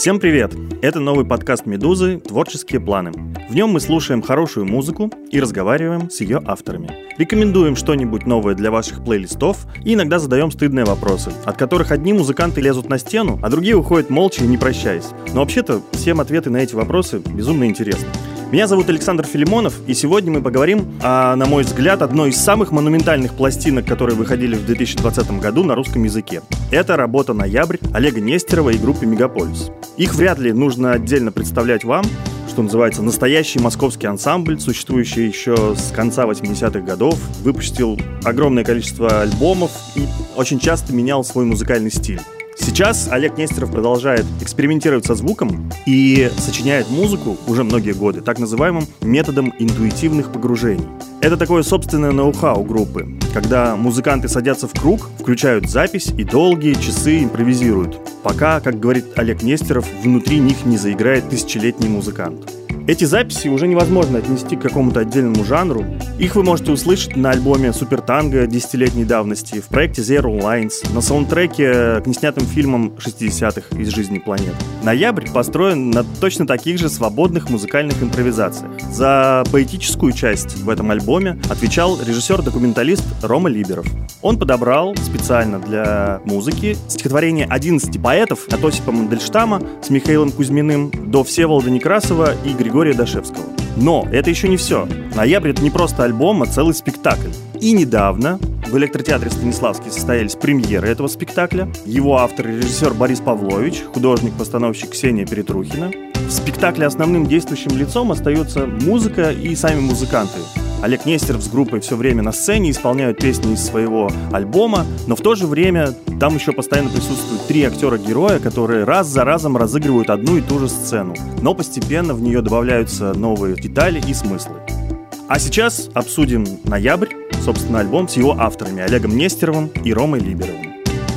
Всем привет! Это новый подкаст «Медузы. Творческие планы». В нем мы слушаем хорошую музыку и разговариваем с ее авторами. Рекомендуем что-нибудь новое для ваших плейлистов и иногда задаем стыдные вопросы, от которых одни музыканты лезут на стену, а другие уходят молча и не прощаясь. Но вообще-то всем ответы на эти вопросы безумно интересны. Меня зовут Александр Филимонов, и сегодня мы поговорим о, на мой взгляд, одной из самых монументальных пластинок, которые выходили в 2020 году на русском языке. Это работа «Ноябрь» Олега Нестерова и группы «Мегаполис». Их вряд ли нужно отдельно представлять вам, что называется, настоящий московский ансамбль, существующий еще с конца 80-х годов, выпустил огромное количество альбомов и очень часто менял свой музыкальный стиль. Сейчас Олег Нестеров продолжает экспериментировать со звуком и сочиняет музыку уже многие годы так называемым методом интуитивных погружений. Это такое собственное ноу-хау группы, когда музыканты садятся в круг, включают запись и долгие часы импровизируют, пока, как говорит Олег Нестеров, внутри них не заиграет тысячелетний музыкант. Эти записи уже невозможно отнести к какому-то отдельному жанру. Их вы можете услышать на альбоме «Супертанго» десятилетней давности, в проекте Zero Lines, на саундтреке к неснятым фильмам 60-х из жизни планеты. «Ноябрь» построен на точно таких же свободных музыкальных импровизациях. За поэтическую часть в этом альбоме отвечал режиссер-документалист Рома Либеров. Он подобрал специально для музыки стихотворения 11 поэтов от Осипа Мандельштама с Михаилом Кузьминым до Всеволода Некрасова и Григория Дашевского. Но это еще не все. «Ноябрь» — это не просто альбом, а целый спектакль. И недавно в электротеатре Станиславский состоялись премьеры этого спектакля. Его автор и режиссер Борис Павлович, художник-постановщик Ксения Перетрухина. В спектакле основным действующим лицом остается музыка и сами музыканты. Олег Нестеров с группой все время на сцене исполняют песни из своего альбома, но в то же время там еще постоянно присутствуют 3 актера-героя, которые раз за разом разыгрывают одну и ту же сцену, но постепенно в нее добавляются новые детали и смыслы. А сейчас обсудим «Ноябрь», собственно, альбом с его авторами Олегом Нестеровым и Ромой Либеровым.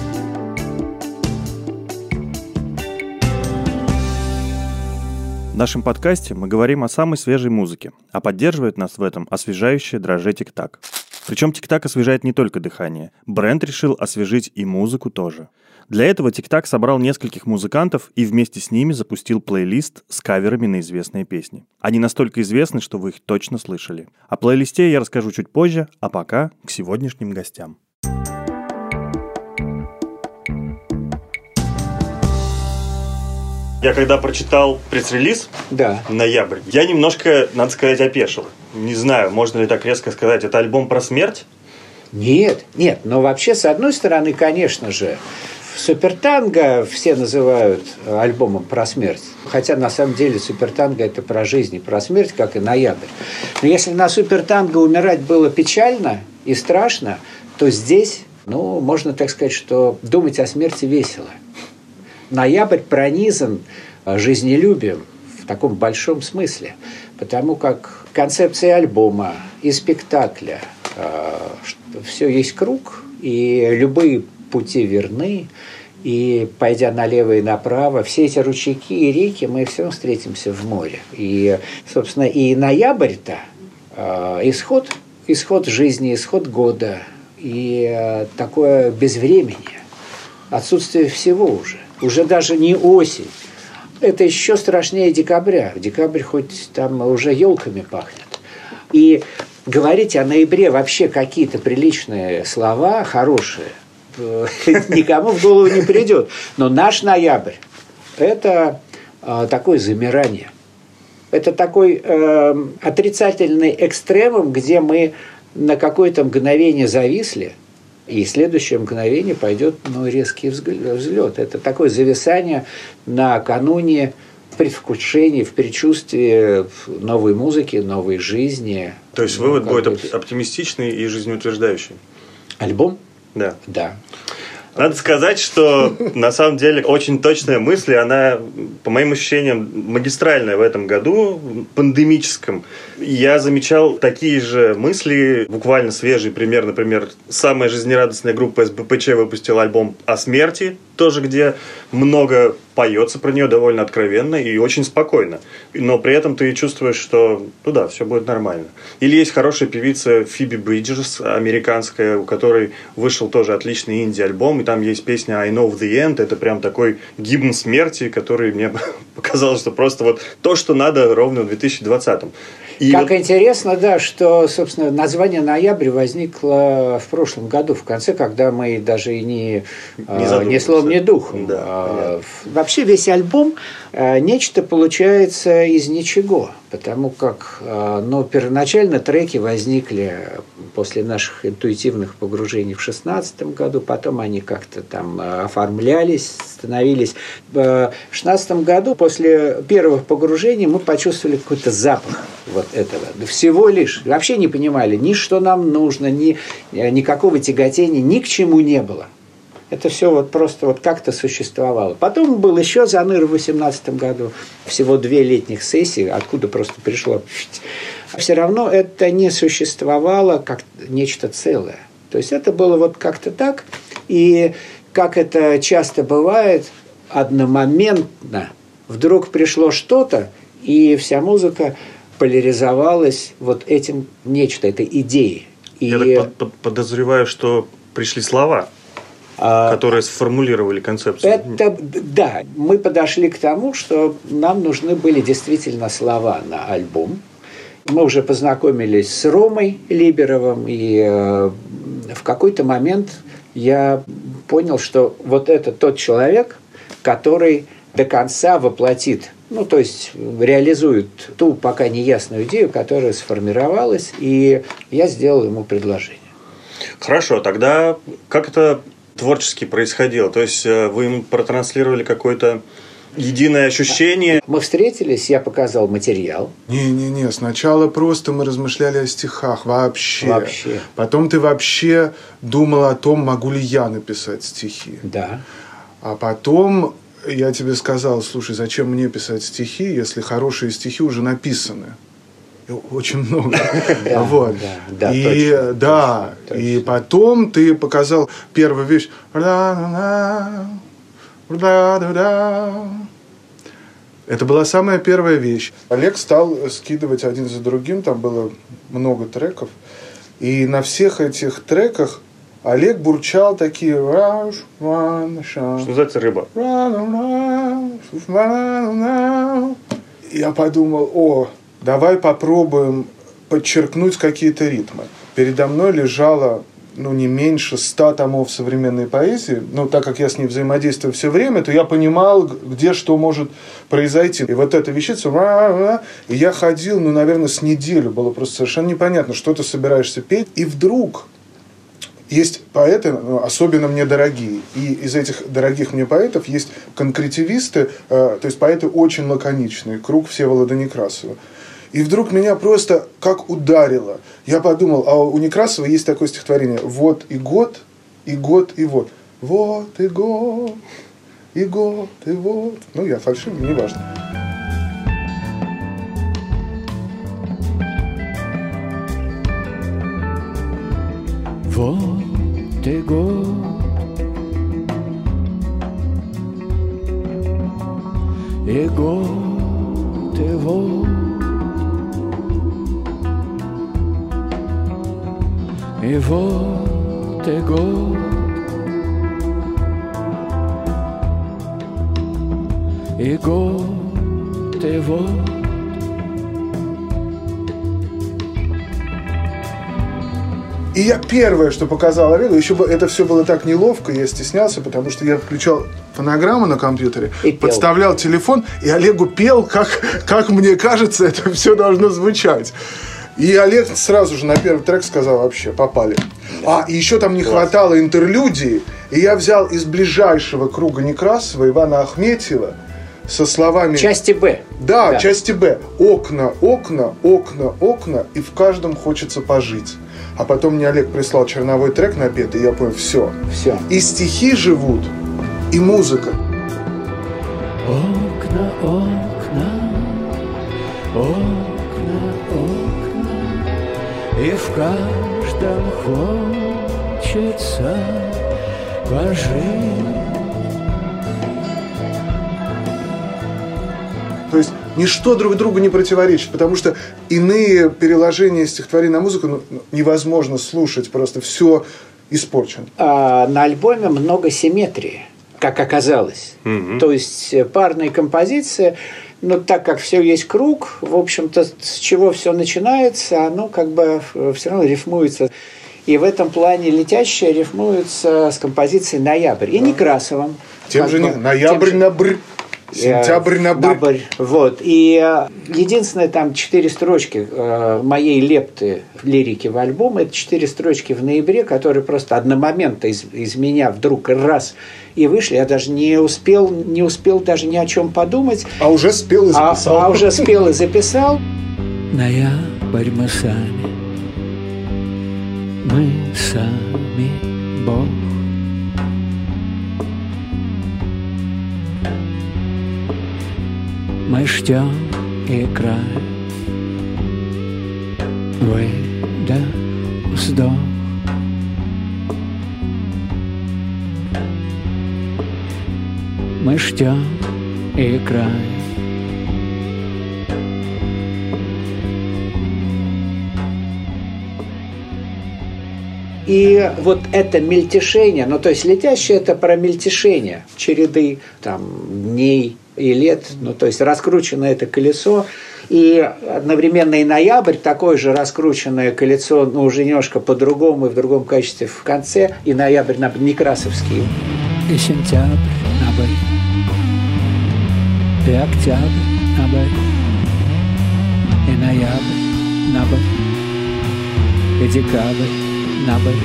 В нашем подкасте мы говорим о самой свежей музыке, а поддерживает нас в этом освежающее дрожжи «Тик-так». Причем «Тик-так» освежает не только дыхание. Бренд решил освежить и музыку тоже. Для этого «Тик-так» собрал нескольких музыкантов и вместе с ними запустил плейлист с каверами на известные песни. Они настолько известны, что вы их точно слышали. О плейлисте я расскажу чуть позже, а пока к сегодняшним гостям. Я когда прочитал пресс-релиз «Ноябрь», я немножко, надо сказать, опешил. Не знаю, можно ли так резко сказать, это альбом про смерть? Нет, но вообще, с одной стороны, конечно же, «Супертанго» все называют альбомом про смерть. Хотя, на самом деле, «Супертанго» – это про жизнь и про смерть, как и «Ноябрь». Но если на «Супертанго» умирать было печально и страшно, то здесь, можно так сказать, что думать о смерти весело. «Ноябрь» пронизан жизнелюбием в таком большом смысле, потому как концепция альбома и спектакля, все есть круг, и любые пути верны, и пойдя налево и направо, все эти ручейки и реки, мы все встретимся в море. И, собственно, и «Ноябрь»-то исход жизни, исход года, и такое безвременье, отсутствие всего уже. Уже даже не осень. Это еще страшнее декабря. Декабрь хоть там уже елками пахнет. И говорить о ноябре вообще какие-то приличные слова, хорошие, никому в голову не придет. Но наш ноябрь – это такое замирание. Это такой отрицательный экстремум, где мы на какое-то мгновение зависли, и следующее мгновение пойдет резкий взлет. Это такое зависание накануне в предвкушении, в предчувствии новой музыки, новой жизни. То есть вывод будет оптимистичный и жизнеутверждающий? Альбом? Да. Да. Надо сказать, что на самом деле очень точная мысль, она, по моим ощущениям, магистральная в этом году, пандемическом. Я замечал такие же мысли, буквально свежий пример, например, самая жизнерадостная группа СБПЧ выпустила альбом о смерти, тоже, где много поется про нее довольно откровенно и очень спокойно. Но при этом ты чувствуешь, что, ну да, все будет нормально. Или есть хорошая певица Фиби Бриджес, американская, у которой вышел тоже отличный инди-альбом, и там есть песня I Know the End. Это прям такой гимн смерти, который мне показалось, что просто вот то, что надо ровно в 2020-м. И как интересно, да, что, собственно, название «Ноябрь» возникло в прошлом году, в конце, когда мы даже и ни словом, ни духом. Да, вообще весь альбом нечто получается из ничего, потому как первоначально треки возникли после наших интуитивных погружений в 2016 году, потом они как-то там оформлялись, становились. В 2016 году после первых погружений мы почувствовали какой-то запах вот этого. Всего лишь. Вообще не понимали ни что нам нужно, никакого тяготения, ни к чему не было. Это все вот просто вот как-то существовало. Потом был еще заныр в 2018 году. Всего 2 летних сессии, откуда просто пришло. Все равно это не существовало как нечто целое. То есть это было вот как-то так. И как это часто бывает, одномоментно вдруг пришло что-то, и вся музыка поляризовалась вот этим нечто, этой идеей. Я так подозреваю, что пришли слова, которые сформулировали концепцию. Да, мы подошли к тому, что нам нужны были действительно слова на альбом. Мы уже познакомились с Ромой Либеровым, и в какой-то момент я понял, что вот это тот человек, который до конца воплотит, то есть реализует ту пока неясную идею, которая сформировалась, и я сделал ему предложение. Хорошо, тогда как это творчески происходило? То есть вы ему протранслировали какое-то единое ощущение? Мы встретились, я показал материал. Не, сначала просто мы размышляли о стихах вообще. Потом ты вообще думал о том, могу ли я написать стихи. Да. А потом я тебе сказал, слушай, зачем мне писать стихи, если хорошие стихи уже написаны? Очень много. Вот. И потом ты показал первую вещь. Это была самая первая вещь. Олег стал скидывать один за другим, там было много треков. И на всех этих треках Олег бурчал такие... Что называется рыба? Я подумал, давай попробуем подчеркнуть какие-то ритмы. Передо мной лежало не меньше 100 томов современной поэзии. Так как я с ней взаимодействую все время, то я понимал, где что может произойти. И вот эта вещица, и я ходил, наверное, с неделю. Было просто совершенно непонятно, что ты собираешься петь. И вдруг есть поэты, особенно мне дорогие. И из этих дорогих мне поэтов есть конкретивисты, то есть поэты очень лаконичные. Круг Всеволода Некрасова. И вдруг меня просто как ударило. Я подумал, а у Некрасова есть такое стихотворение. Вот и год, и год, и вот. Вот и год, и год, и вот. Я фальшивый, неважно. Вот и год, и год, и вот. И вот и год, и год, и вот. И я первое, что показал Олегу, еще это все было так неловко, я стеснялся, потому что я включал фонограмму на компьютере, подставлял телефон, и Олегу пел, как мне кажется, это все должно звучать. И Олег сразу же на первый трек сказал, вообще, попали. И еще там не хватало интерлюдии, и я взял из ближайшего круга Некрасова Ивана Ахметьева со словами... Части Б. Да, части Б. Окна, окна, окна, окна, и в каждом хочется пожить. А потом мне Олег прислал черновой трек напетый, и я понял, все. И стихи живут, и музыка. Окна, окна, окна, окна, и в каждом хочется пожить. То есть ничто друг другу не противоречит, потому что иные переложения стихотворений на музыку невозможно слушать, просто все испорчено. На альбоме много симметрии, как оказалось. То есть парные композиции, но так как все есть круг, в общем-то, с чего все начинается, оно как бы все равно рифмуется. И в этом плане «Летящая» рифмуется с композицией «Ноябрь» и Некрасовым. Тем же «Ноябрь на брь». Сентябрь на брь. Вот. И единственное, там 4 строчки моей лепты лирики в альбом, это 4 строчки в ноябре, которые просто одномоментно из меня вдруг раз и вышли. Я даже не успел даже ни о чем подумать. А уже спел и записал. А уже спел и записал. Ноябрь мы сами, Бог. Мы ждем и край, выдох, вздох. Мы ждем и край. И вот это мельтешение, ну то есть «Летящее» – это про мельтешение, череды там, дней и лет, ну то есть раскрученное это колесо, и одновременно и «Ноябрь» такое же раскрученное колесо, но уже немножко по-другому и в другом качестве в конце, и «Ноябрь» некрасовский. И сентябрь на брь, и октябрь на брь, и ноябрь на брь, и декабрь на брь.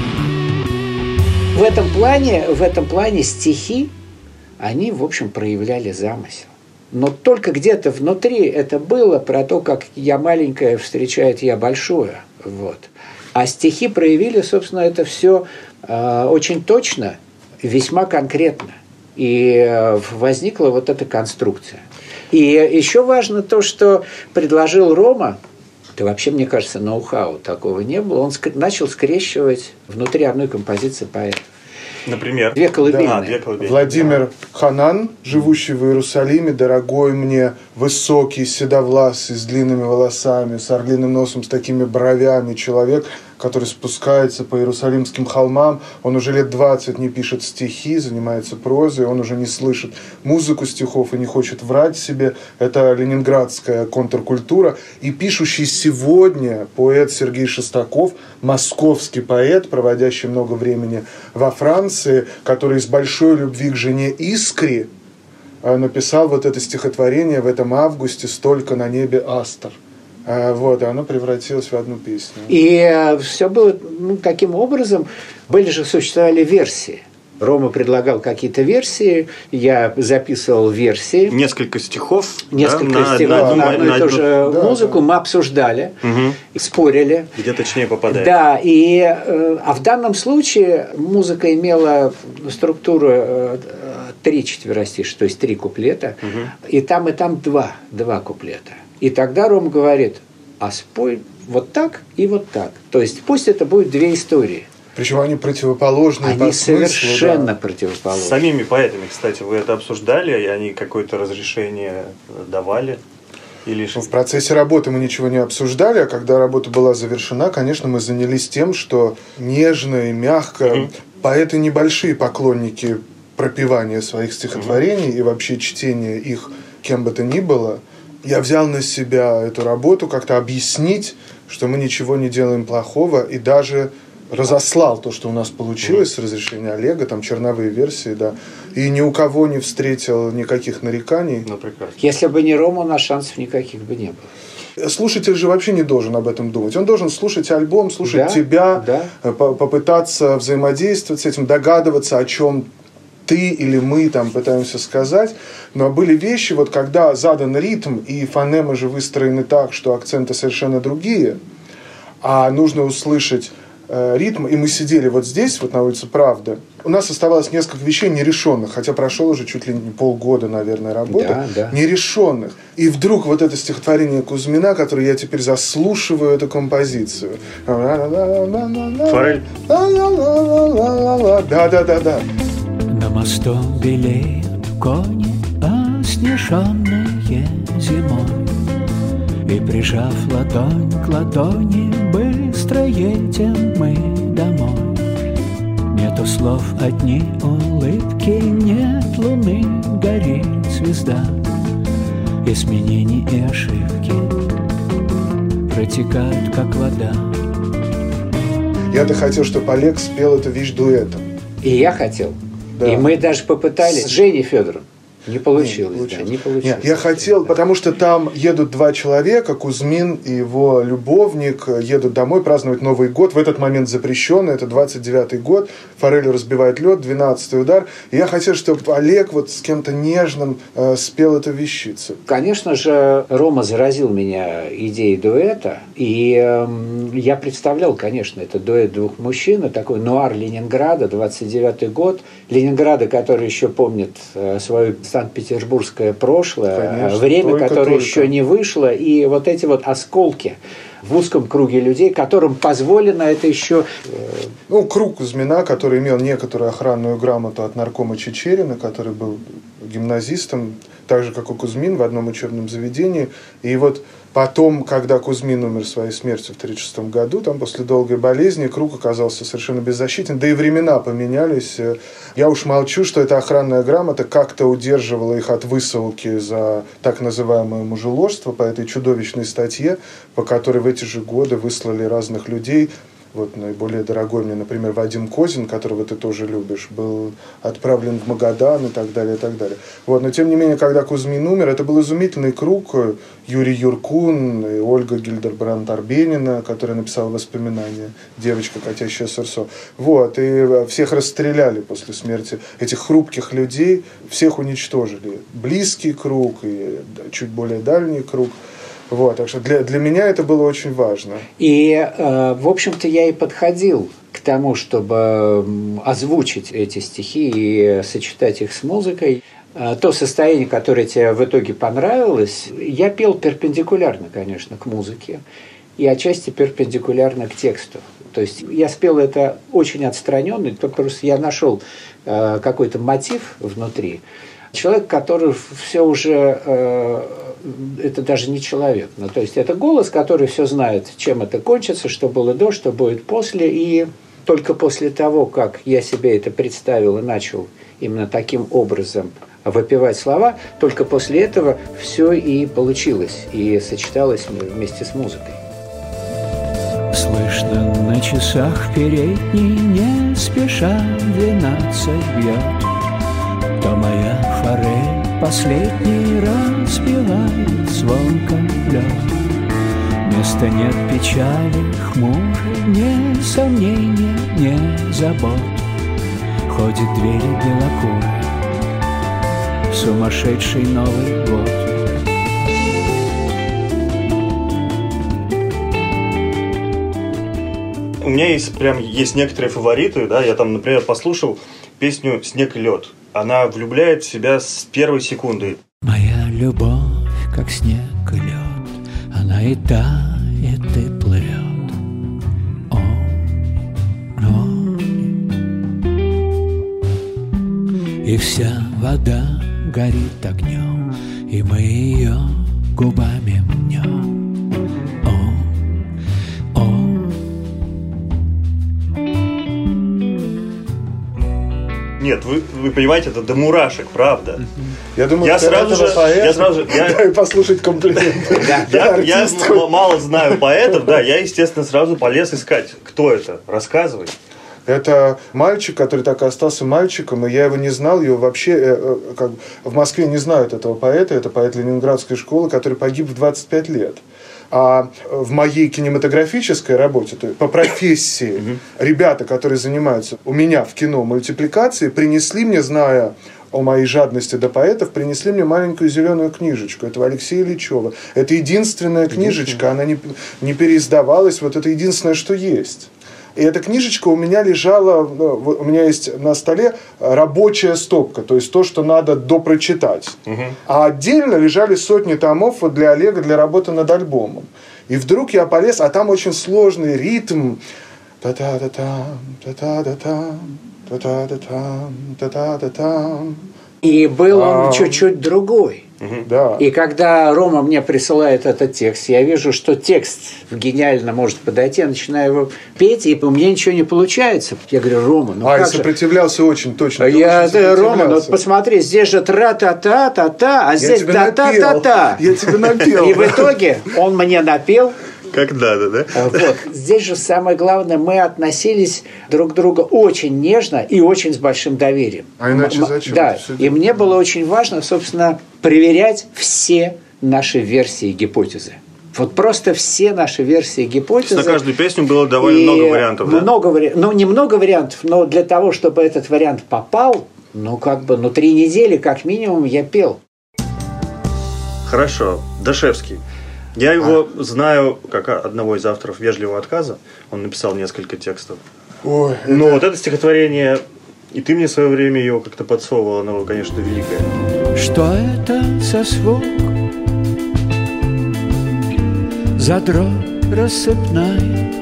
В этом плане стихи, они, в общем, проявляли замысел. Но только где-то внутри это было про то, как я маленькое встречает я большое. Вот. А стихи проявили, собственно, это все очень точно, весьма конкретно. И возникла вот эта конструкция. И еще важно то, что предложил Рома. Это вообще, мне кажется, ноу-хау такого не было. Он начал скрещивать внутри одной композиции поэтов. Например? Две колыбельные. Да, две колыбельные. Владимир Ханан, живущий в Иерусалиме, дорогой мне, высокий, седовласый, с длинными волосами, с орлиным носом, с такими бровями человек, который спускается по Иерусалимским холмам. Он уже лет 20 не пишет стихи, занимается прозой, он уже не слышит музыку стихов и не хочет врать себе. Это ленинградская контркультура. И пишущий сегодня поэт Сергей Шестаков, московский поэт, проводящий много времени во Франции, который из большой любви к жене Искре написал вот это стихотворение «В этом августе столько на небе астр». Вот, и оно превратилось в одну песню. И все было таким образом. Существовали версии. Рома предлагал какие-то версии, я записывал версии. Несколько стихов. На одну и ту же музыку. Мы обсуждали, спорили. Где точнее попадает. Да, а в данном случае музыка имела структуру 3 четверостишия, то есть 3 куплета, и там два куплета. И тогда Ром говорит, а спой вот так и вот так. То есть пусть это будет 2 истории. Причем они противоположные по смыслу. Они совершенно противоположные. С самими поэтами, кстати, вы это обсуждали, и они какое-то разрешение давали? Или... В процессе работы мы ничего не обсуждали, а когда работа была завершена, конечно, мы занялись тем, что нежно и мягко. Поэты небольшие поклонники пропевания своих стихотворений и вообще чтения их кем бы то ни было. Я взял на себя эту работу, как-то объяснить, что мы ничего не делаем плохого, и даже разослал то, что у нас получилось с разрешения Олега, там черновые версии, да, и ни у кого не встретил никаких нареканий. Ну, прекрасно. Если бы не Рома, у нас шансов никаких бы не было. Слушатель же вообще не должен об этом думать. Он должен слушать альбом, слушать тебя, попытаться взаимодействовать с этим, догадываться, о чем ты или мы там пытаемся сказать. Но были вещи, вот когда задан ритм, и фонемы же выстроены так, что акценты совершенно другие, а нужно услышать ритм, и мы сидели вот здесь, вот на улице Правды. У нас оставалось несколько вещей нерешенных, хотя прошел уже чуть ли не полгода, наверное, работы, нерешенных. И вдруг вот это стихотворение Кузьмина, которое я теперь заслушиваю эту композицию. Форель. Да. На мосту белеют кони, оснеженные зимой. И прижав ладонь к ладони, быстро едем мы домой. Нету слов, одни улыбки, нет луны, горит звезда. И сменения, и ошибки протекают, как вода. Я-то хотел, чтобы Олег спел эту вещь дуэтом. И я хотел. Да. И мы даже попытались с Женей Федоровым. Не получилось. Не получилось. Нет, я хотел, потому что там едут два человека, Кузьмин и его любовник, едут домой праздновать Новый год. В этот момент запрещенный, это 29-й год. Форелью разбивает лед, 12-й удар. И я хотел, чтобы Олег вот с кем-то нежным спел эту вещицу. Конечно же, Рома заразил меня идеей дуэта. И я представлял, конечно, это дуэт двух мужчин. Такой нуар Ленинграда, 29-й год. Ленинграда, который еще помнит свою санкт-петербургское прошлое, конечно, время, которое еще не вышло, и вот эти вот осколки в узком круге людей, которым позволено это еще... Ну, круг Кузьмина, который имел некоторую охранную грамоту от наркома Чечерина, который был гимназистом, так же, как и Кузьмин, в одном учебном заведении. И вот потом, когда Кузьмин умер своей смертью в 1936 году, там после долгой болезни, круг оказался совершенно беззащитен, да и времена поменялись. Я уж молчу, что эта охранная грамота как-то удерживала их от высылки за так называемое мужеложство по этой чудовищной статье, по которой в эти же годы выслали разных людей. Вот наиболее дорогой мне, например, Вадим Козин, которого ты тоже любишь, был отправлен в Магадан и так далее, и так далее. Вот. Но, тем не менее, когда Кузьмин умер, это был изумительный круг. Юрий Юркун и Ольга Гильдербранд-Арбенина, которая написала воспоминания, девочка, катящая сырцо. Вот. И всех расстреляли после смерти этих хрупких людей, всех уничтожили. Близкий круг и чуть более дальний круг. Вот, так что для меня это было очень важно. И, в общем-то, я и подходил к тому, чтобы озвучить эти стихи и сочетать их с музыкой. То состояние, которое тебе в итоге понравилось, я пел перпендикулярно, конечно, к музыке и отчасти перпендикулярно к тексту. То есть я спел это очень отстраненно, просто я нашел какой-то мотив внутри. Человек, который все уже... это даже не человек. Ну, то есть это голос, который все знает, чем это кончится, что было до, что будет после. И только после того, как я себе это представил и начал именно таким образом выпевать слова, только после этого все и получилось, и сочеталось вместе с музыкой. Слышно на часах передней, не спеша 12 бьет. То моя форель последний раз певает звонко лед. Места нет печали, хмуры, ни сомнения, ни забот. Ходит двери белокуры, сумасшедший Новый год. У меня есть некоторые фавориты, да, я там, например, послушал песню «Снег и лед». Она влюбляет в себя с первой секунды. Моя любовь, как снег и лед, она и тает, и плывет. И вся вода горит огнем, и мы ее губами мнем. Нет, вы понимаете, это до мурашек, правда. Я думаю, я сразу же дай послушать комплименты. Я мало знаю поэтов, да, я, естественно, сразу полез искать, кто это, рассказывай. Это мальчик, который так и остался мальчиком, и я его не знал, его вообще в Москве не знают этого поэта, это поэт Ленинградской школы, который погиб в 25 лет. А в моей кинематографической работе, то есть по профессии, ребята, которые занимаются у меня в кино мультипликацией, принесли мне, зная о моей жадности до поэтов, принесли мне маленькую зеленую книжечку. Это Алексея Ильичева. Это единственная книжечка, она не переиздавалась, вот это единственное, что есть. И эта книжечка у меня лежала, у меня есть на столе рабочая стопка, то есть то, что надо допрочитать. А отдельно лежали сотни томов вот для Олега, для работы над альбомом. И вдруг я полез, а там очень сложный ритм. Та-та-та-там, та-та-та-там, та-та-та-там, та-та-та-там. И был он чуть-чуть другой. Да. И когда Рома мне присылает этот текст, я вижу, что текст гениально может подойти, я начинаю его петь, и у меня ничего не получается. Я говорю: Рома, ну как и же? сопротивлялся очень точно. Рома, ну посмотри, здесь же тра-та-та-та-та, а здесь та-та-та-та. Я тебе напел. И в итоге он мне напел. Как надо, да? Вот. Здесь же самое главное, мы относились друг к другу очень нежно и очень с большим доверием. А иначе зачем? Да, и мне было очень важно, собственно, проверять все наши версии и гипотезы. Вот просто все наши версии и гипотезы. На каждую песню было довольно много вариантов, да? Ну, не много вариантов, но для того, чтобы этот вариант попал, 3 недели как минимум я пел. Хорошо. Дашевский. Я его знаю как одного из авторов «Вежливого отказа». Он написал несколько текстов. Ой, Но вот это стихотворение, и ты мне в свое время его как-то подсовывал, оно, конечно, великое. Что это за звук? Задрот рассыпная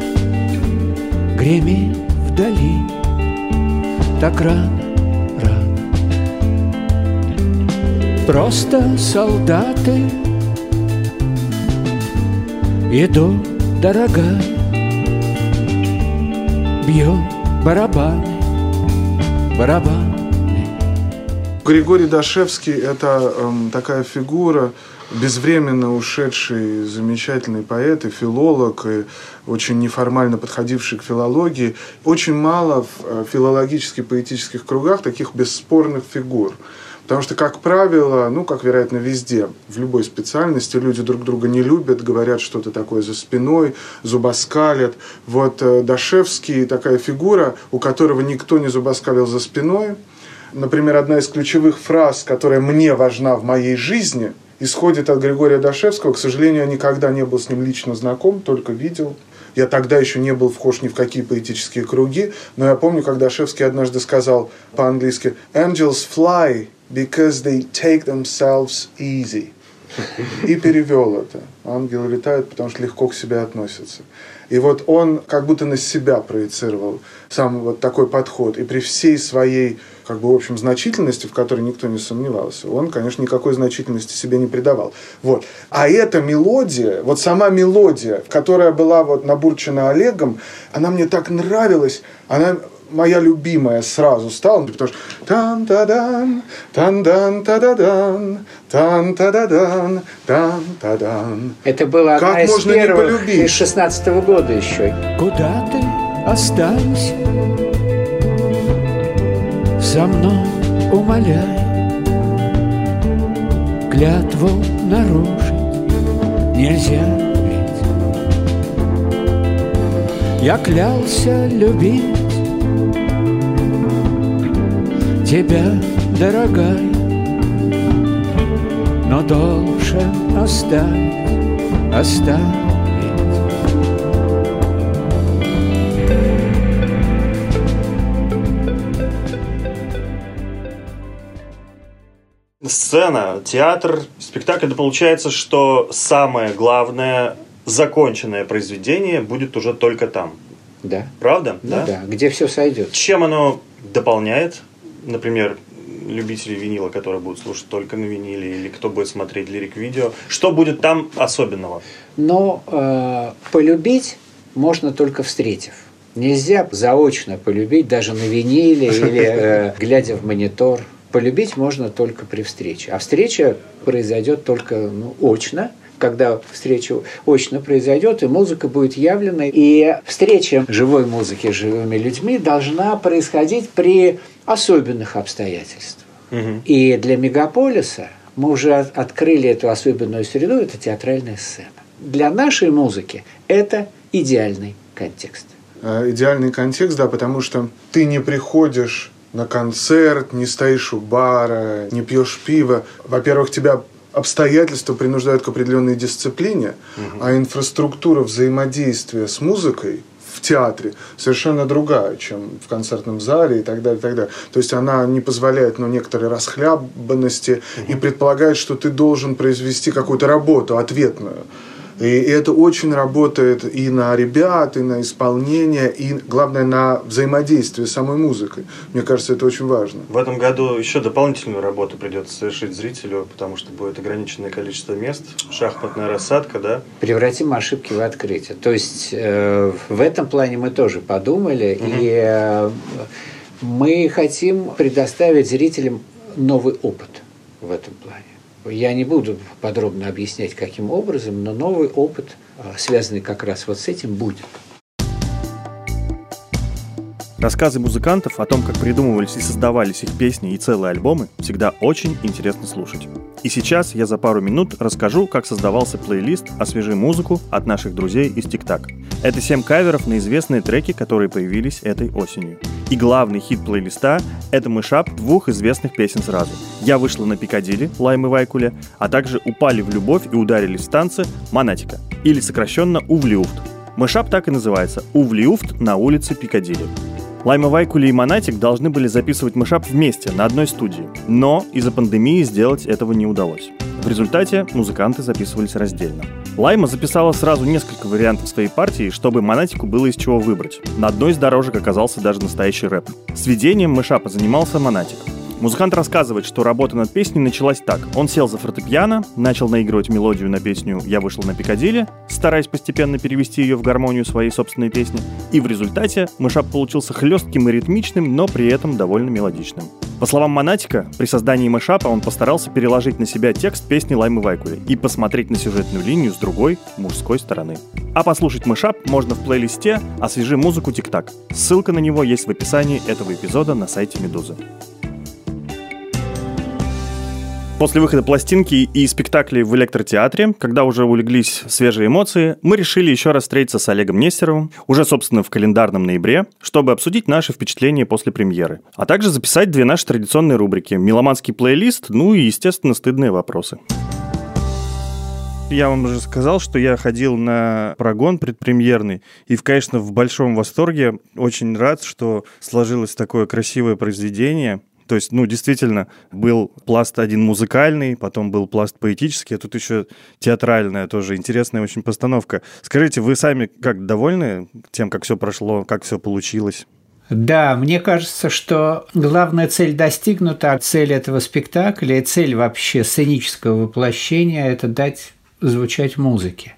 гремит вдали, так рано, рано. Просто солдаты идут, дорогая, бьют барабаны, барабаны. Григорий Дашевский – это такая фигура, безвременно ушедший замечательный поэт и филолог, и очень неформально подходивший к филологии. Очень мало в филологически-поэтических кругах таких бесспорных фигур. Потому что, как правило, как, вероятно, везде, в любой специальности, люди друг друга не любят, говорят что-то такое за спиной, зубоскалят. Вот Дашевский – такая фигура, у которого никто не зубоскалил за спиной. Например, одна из ключевых фраз, которая мне важна в моей жизни, исходит от Григория Дашевского. К сожалению, я никогда не был с ним лично знаком, только видел. Я тогда еще не был вхож ни в какие поэтические круги, но я помню, как Дашевский однажды сказал по-английски «Angels fly because they take themselves easy». И перевел это. Ангелы летают, потому что легко к себе относятся. И вот он как будто на себя проецировал сам вот такой подход. И при всей своей, в общем, значительности, в которой никто не сомневался, он, конечно, никакой значительности себе не придавал. Вот. А эта мелодия, вот сама мелодия, которая была набурчена Олегом, она мне так нравилась, она моя любимая сразу стала, потому что тан-та-дан, тан-дан-та-да-дан, тан-та-да-дан, тан-та-дан. Это была как одна из можно первых, из 16-го года еще. Куда ты останься? За мной умоляй, клятву нарушить нельзя ведь. Я клялся любить тебя, дорогая, но должен оставить. Сцена, театр, спектакль, это получается, что самое главное, законченное произведение будет уже только там. Да. Правда? Да, где все сойдет. Чем оно дополняет? Например, любители винила, которые будут слушать только на виниле, или кто будет смотреть лирик-видео. Что будет там особенного? Но полюбить можно только встретив. Нельзя заочно полюбить даже на виниле или глядя в монитор. Полюбить можно только при встрече. А встреча произойдет только очно. Когда встреча очно произойдет, и музыка будет явлена. И встреча живой музыки с живыми людьми должна происходить при особенных обстоятельствах. Угу. И для мегаполиса мы уже открыли эту особенную среду, это театральная сцена. Для нашей музыки это идеальный контекст. Идеальный контекст, да, потому что ты не приходишь на концерт, не стоишь у бара, не пьешь пиво. Во-первых, тебя обстоятельства принуждают к определенной дисциплине, а инфраструктура взаимодействия с музыкой в театре совершенно другая, чем в концертном зале и так далее, и так далее. То есть она не позволяет некоторой расхлябанности и предполагает, что ты должен произвести какую-то работу ответную. И это очень работает и на ребят, и на исполнение, и, главное, на взаимодействие с самой музыкой. Мне кажется, это очень важно. В этом году еще дополнительную работу придется совершить зрителю, потому что будет ограниченное количество мест, шахматная рассадка, да? Превратим ошибки в открытие. То есть в этом плане мы тоже подумали, и мы хотим предоставить зрителям новый опыт в этом плане. Я не буду подробно объяснять, каким образом, но новый опыт, связанный как раз вот с этим, будет. Рассказы музыкантов о том, как придумывались и создавались их песни и целые альбомы, всегда очень интересно слушать. И сейчас я за пару минут расскажу, как создавался плейлист «Освежи музыку» от наших друзей из ТикТак. Это 7 каверов на известные треки, которые появились этой осенью. И главный хит плейлиста – это мышап 2 известных песен сразу. «Я вышла на Пикадилли» Лаймы Вайкуле, а также «Упали в любовь и ударились в танцы» Монатика, или сокращенно «Увлиуфт». Мышап так и называется – «Увлиуфт на улице Пикадилли». Лайма Вайкуле и Монатик должны были записывать мышап вместе на одной студии, но из-за пандемии сделать этого не удалось. В результате музыканты записывались раздельно. Лайма записала сразу несколько вариантов своей партии, чтобы Монатику было из чего выбрать. На одной из дорожек оказался даже настоящий рэп. Сведением мышапа занимался Монатик. Музыкант рассказывает, что работа над песней началась так. Он сел за фортепиано, начал наигрывать мелодию на песню «Я вышел на Пикадилли», стараясь постепенно перевести ее в гармонию своей собственной песни, и в результате мышап получился хлестким и ритмичным, но при этом довольно мелодичным. По словам Монатика, при создании мышапа он постарался переложить на себя текст песни Лаймы Вайкуле и посмотреть на сюжетную линию с другой, мужской стороны. А послушать мышап можно в плейлисте «Освежи музыку ТикТак». Ссылка на него есть в описании этого эпизода на сайте Медузы. После выхода пластинки и спектаклей в электротеатре, когда уже улеглись свежие эмоции, мы решили еще раз встретиться с Олегом Нестеровым, уже, собственно, в календарном ноябре, чтобы обсудить наши впечатления после премьеры, а также записать 2 наши традиционные рубрики «Меломанский плейлист», ну и, естественно, «Стыдные вопросы». Я вам уже сказал, что я ходил на прогон предпремьерный и, конечно, в большом восторге. Очень рад, что сложилось такое красивое произведение. То есть, действительно, был пласт один музыкальный, потом был пласт поэтический, а тут еще театральная тоже интересная очень постановка. Скажите, вы сами как довольны тем, как все прошло, как все получилось? Да, мне кажется, что главная цель достигнута, цель этого спектакля и цель вообще сценического воплощения – это дать звучать музыке.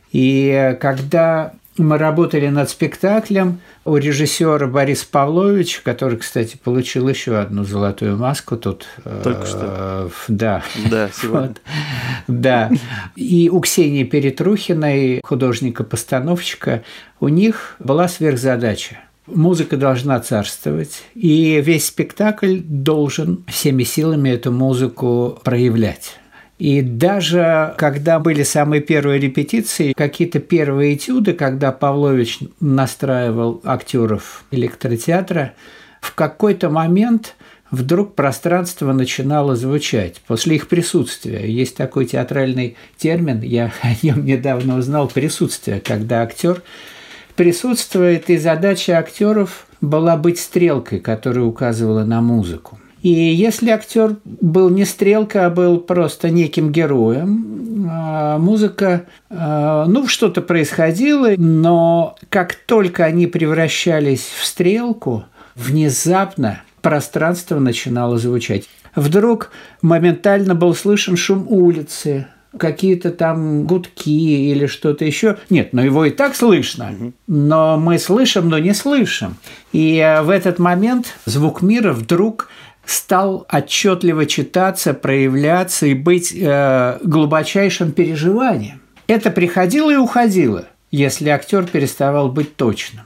И когда мы работали над спектаклем, у режиссера Бориса Павловича, который, кстати, получил еще одну золотую маску тут. Только что. Да. Да, сегодня. Вот, да. И у Ксении Перетрухиной, художника-постановщика, у них была сверхзадача. Музыка должна царствовать, и весь спектакль должен всеми силами эту музыку проявлять. И даже когда были самые первые репетиции, какие-то первые этюды, когда Павлович настраивал актеров электротеатра, в какой-то момент вдруг пространство начинало звучать после их присутствия. Есть такой театральный термин, я о нем недавно узнал, присутствие, когда актер присутствует, и задача актеров была быть стрелкой, которая указывала на музыку. И если актер был не стрелка, а был просто неким героем, музыка, что-то происходило, но как только они превращались в стрелку, внезапно пространство начинало звучать. Вдруг моментально был слышен шум улицы, какие-то там гудки или что-то еще. Нет, его и так слышно, но мы слышим, но не слышим. И в этот момент звук мира вдруг стал отчетливо читаться, проявляться и быть глубочайшим переживанием. Это приходило и уходило, если актер переставал быть точным.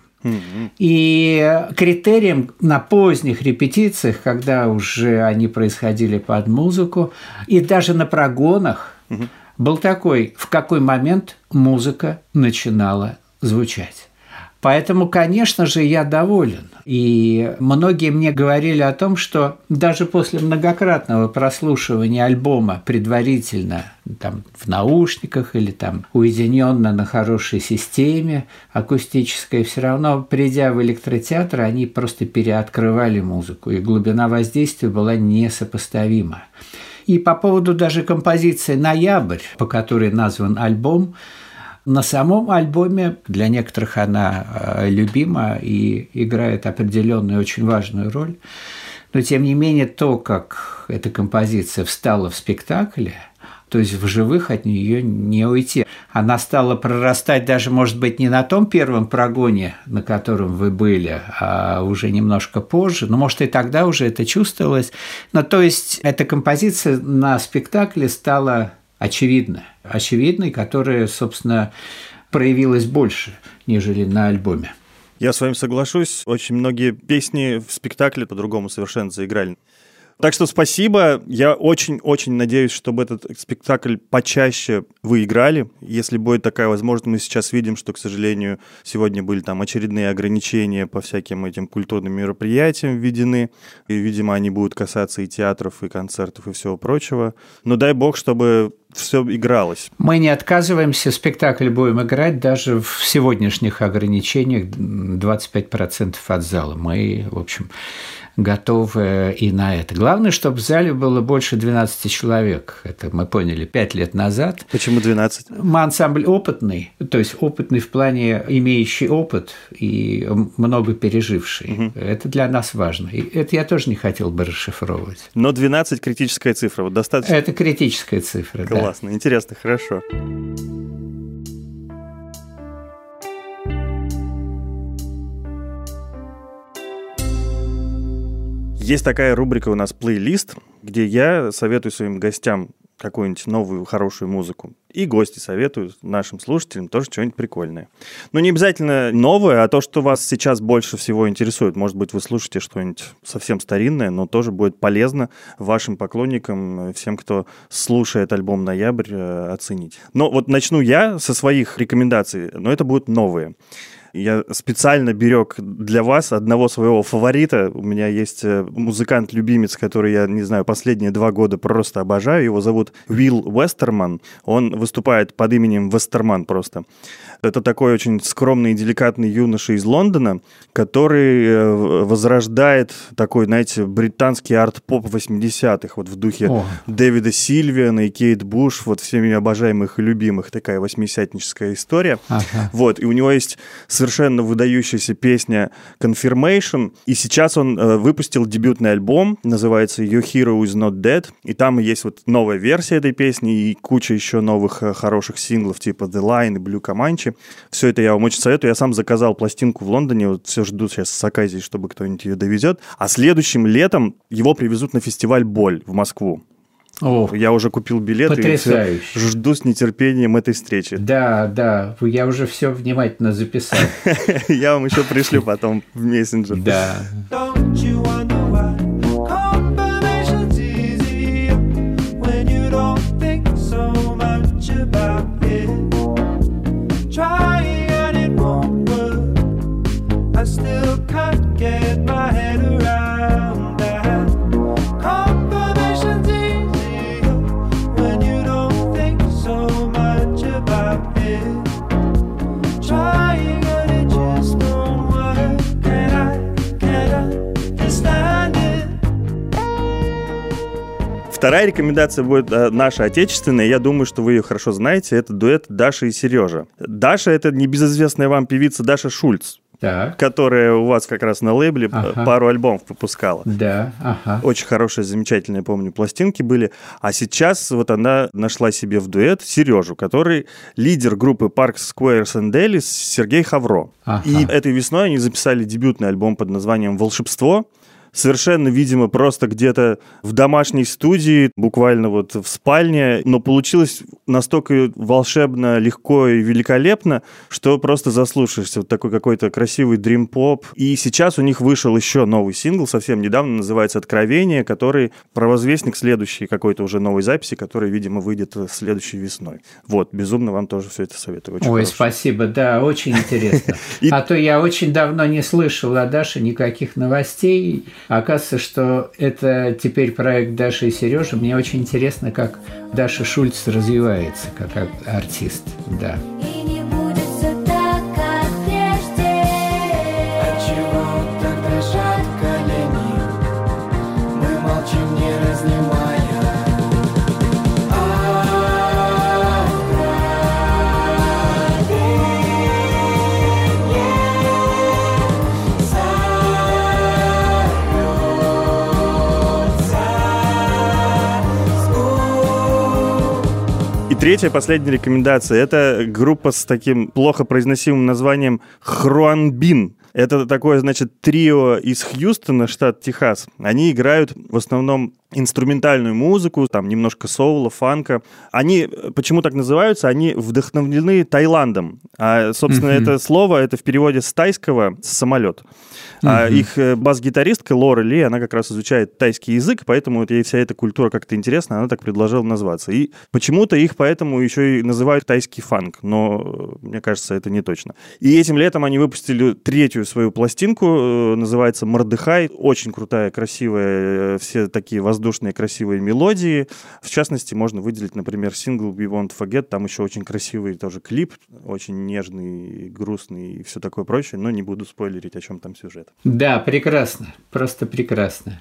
И критерием на поздних репетициях, когда уже они происходили под музыку, и даже на прогонах, был такой, в какой момент музыка начинала звучать. Поэтому, конечно же, я доволен. И многие мне говорили о том, что даже после многократного прослушивания альбома предварительно там, в наушниках или там уединенно на хорошей системе акустической, все равно, придя в электротеатр, они просто переоткрывали музыку, и глубина воздействия была несопоставима. И по поводу даже композиции «Ноябрь», по которой назван альбом, На самом альбоме для некоторых она любима и играет определенную очень важную роль. Но, тем не менее, то, как эта композиция встала в спектакле, то есть в живых от нее не уйти. Она стала прорастать даже, может быть, не на том первом прогоне, на котором вы были, а уже немножко позже. Но, может, и тогда уже это чувствовалось. Но, то есть, эта композиция на спектакле стала очевидной, которая, собственно, проявилась больше, нежели на альбоме. Я с вами соглашусь. Очень многие песни в спектакле по-другому совершенно заиграли. Так что спасибо. Я очень-очень надеюсь, чтобы этот спектакль почаще вы играли. Если будет такая возможность, мы сейчас видим, что, к сожалению, сегодня были там очередные ограничения по всяким этим культурным мероприятиям введены. И, видимо, они будут касаться и театров, и концертов, и всего прочего. Но дай бог, чтобы все игралось. Мы не отказываемся, спектакль будем играть даже в сегодняшних ограничениях 25% от зала. Мы, в общем, готовы и на это. Главное, чтобы в зале было больше 12 человек. Это мы поняли 5 лет назад. Почему 12? Мы ансамбль опытный, то есть опытный в плане имеющий опыт и много переживший. Угу. Это для нас важно. И это я тоже не хотел бы расшифровывать. Но 12 – критическая цифра. Вот достаточно? Это критическая цифра, да. Классно, интересно, хорошо. Есть такая рубрика у нас «Плейлист», где я советую своим гостям какую-нибудь новую хорошую музыку. И гости советуют нашим слушателям тоже что-нибудь прикольное. Но не обязательно новое, а то, что вас сейчас больше всего интересует. Может быть, вы слушаете что-нибудь совсем старинное, но тоже будет полезно вашим поклонникам, всем, кто слушает альбом «Ноябрь», оценить. Но вот начну я со своих рекомендаций, но это будут новые. Я специально берег для вас одного своего фаворита. У меня есть музыкант-любимец, который я, не знаю, последние 2 года просто обожаю. Его зовут Уилл Вестерман. Он выступает под именем Вестерман просто. Это такой очень скромный и деликатный юноша из Лондона, который возрождает такой, знаете, британский арт-поп 80-х, вот в духе Дэвида Сильвиана и Кейт Буш, вот всеми обожаемых и любимых, такая восьмидесятническая история. Ага. Вот, и у него есть совершенно выдающаяся песня Confirmation, и сейчас он выпустил дебютный альбом, называется Your Hero Is Not Dead, и там есть вот новая версия этой песни и куча еще новых хороших синглов типа The Line и Blue Comanche. Все это я вам очень советую. Я сам заказал пластинку в Лондоне, вот все жду сейчас с оказией, чтобы кто-нибудь ее довезет. А следующим летом его привезут на фестиваль «Боль» в Москву. О, я уже купил билеты и жду с нетерпением этой встречи. Да, я уже все внимательно записал. Я вам еще пришлю потом в мессенджер. Да. Вторая рекомендация будет наша отечественная. Я думаю, что вы ее хорошо знаете. Это дуэт Даша и Сережа. Даша – это небезызвестная вам певица Даша Шульц, которая у вас как раз на лейбле пару альбомов выпускала. Да, Очень хорошие, замечательные, помню, пластинки были. А сейчас вот она нашла себе в дуэт Сережу, который лидер группы Park Squares and Dailies Сергей Хавро. И этой весной они записали дебютный альбом под названием «Волшебство». Совершенно, видимо, просто где-то в домашней студии, буквально вот в спальне, но получилось настолько волшебно, легко и великолепно, что просто заслушаешься. Вот такой какой-то красивый дрим-поп. И сейчас у них вышел еще новый сингл, совсем недавно, называется «Откровение», который провозвестник следующей какой-то уже новой записи, которая, видимо, выйдет следующей весной. Вот, безумно вам тоже все это советую. Очень хорошо. Спасибо, да, очень интересно. А то я очень давно не слышал о Даше никаких новостей. Оказывается, что это теперь проект Даши и Сережи. Мне очень интересно, как Даша Шульц развивается как артист. Да. третья, последняя рекомендация. Это группа с таким плохо произносимым названием Хруанбин. Это такое, значит, трио из Хьюстона, штат Техас. Они играют в основном инструментальную музыку, там немножко соула, фанка. Они, почему так называются, они вдохновлены Таиландом. А, собственно, это слово, это в переводе с тайского «самолет». А их бас-гитаристка Лора Ли, она как раз изучает тайский язык, поэтому вот ей вся эта культура как-то интересна, она так предложила назваться. И почему-то их поэтому еще и называют тайский фанк, но мне кажется, это не точно. И этим летом они выпустили третью свою пластинку, называется «Мордыхай». Очень крутая, красивая, все такие воздушные, красивые мелодии. В частности, можно выделить, например, сингл «We Won't Forget». Там еще очень красивый тоже клип, очень нежный, грустный и все такое прочее, но не буду спойлерить, о чем там сюжет. Да, прекрасно, просто прекрасно.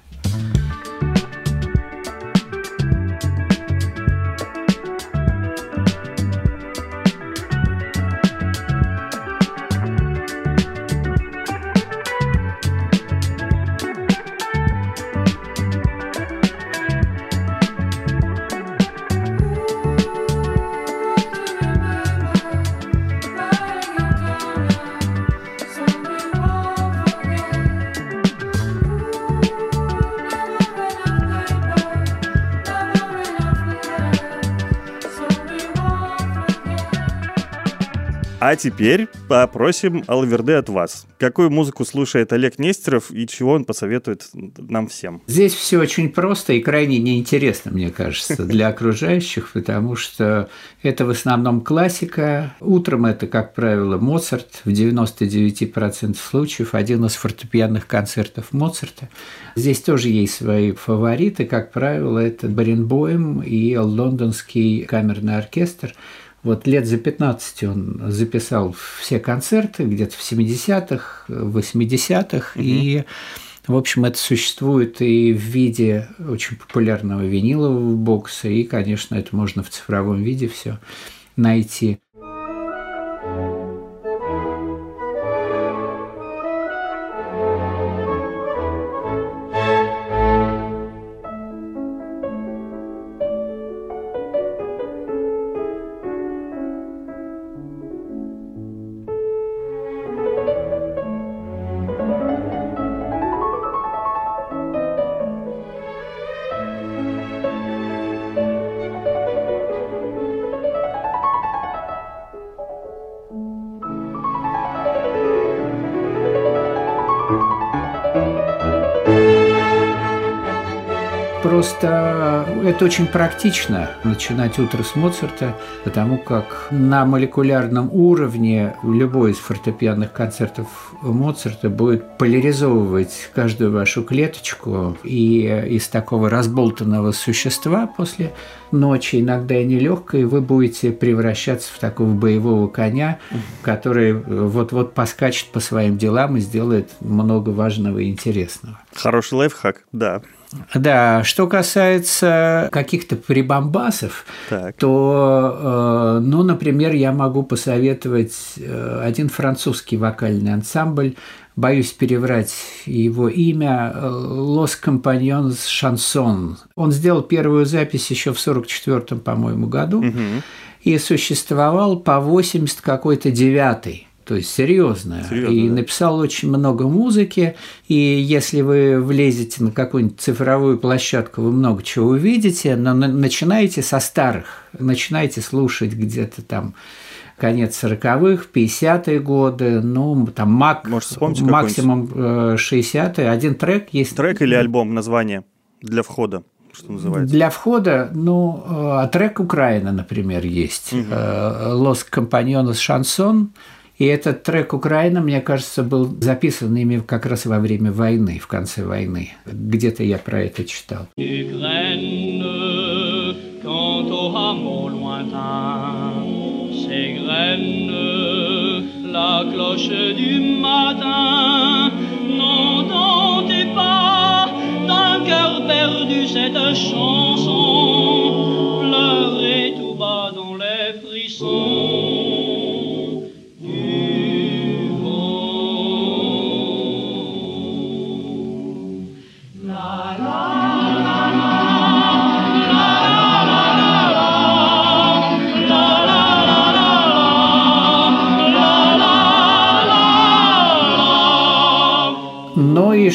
А теперь попросим Алаверды от вас. Какую музыку слушает Олег Нестеров и чего он посоветует нам всем? Здесь все очень просто и крайне неинтересно, мне кажется, для окружающих, потому что это в основном классика. Утром это, как правило, Моцарт. В 99% случаев один из фортепианных концертов Моцарта. Здесь тоже есть свои фавориты. Как правило, это Баренбойм и Лондонский камерный оркестр. Вот лет за 15 он записал все концерты, где-то в 70-х, 80-х, и, в общем, это существует и в виде очень популярного винилового бокса, и, конечно, это можно в цифровом виде все найти. Просто это очень практично начинать утро с Моцарта, потому как на молекулярном уровне любой из фортепианных концертов Моцарта будет поляризовывать каждую вашу клеточку, и из такого разболтанного существа после ночи, иногда и нелегкой, вы будете превращаться в такого боевого коня, который вот-вот поскачет по своим делам и сделает много важного и интересного. Хороший лайфхак, да. Да, что касается каких-то прибамбасов, то, например, я могу посоветовать один французский вокальный ансамбль, боюсь переврать его имя, «Los Compagnons Chanson». Он сделал первую запись еще в 1944, по-моему, году и существовал по 80 какой-то 9-й. То есть серьезно. И написал очень много музыки. И если вы влезете на какую-нибудь цифровую площадку, вы много чего увидите, но начинайте со старых. Начинайте слушать где-то там конец 40-х, 50-е годы, там максимум 60-е. Один трек есть. Трек или альбом, название для входа? Что называется? Для входа, трек «Украина», например, есть. «Los Compagnons Chanson». И этот трек «Украина», мне кажется, был записан ими как раз во время войны, в конце войны. Где-то я про это читал.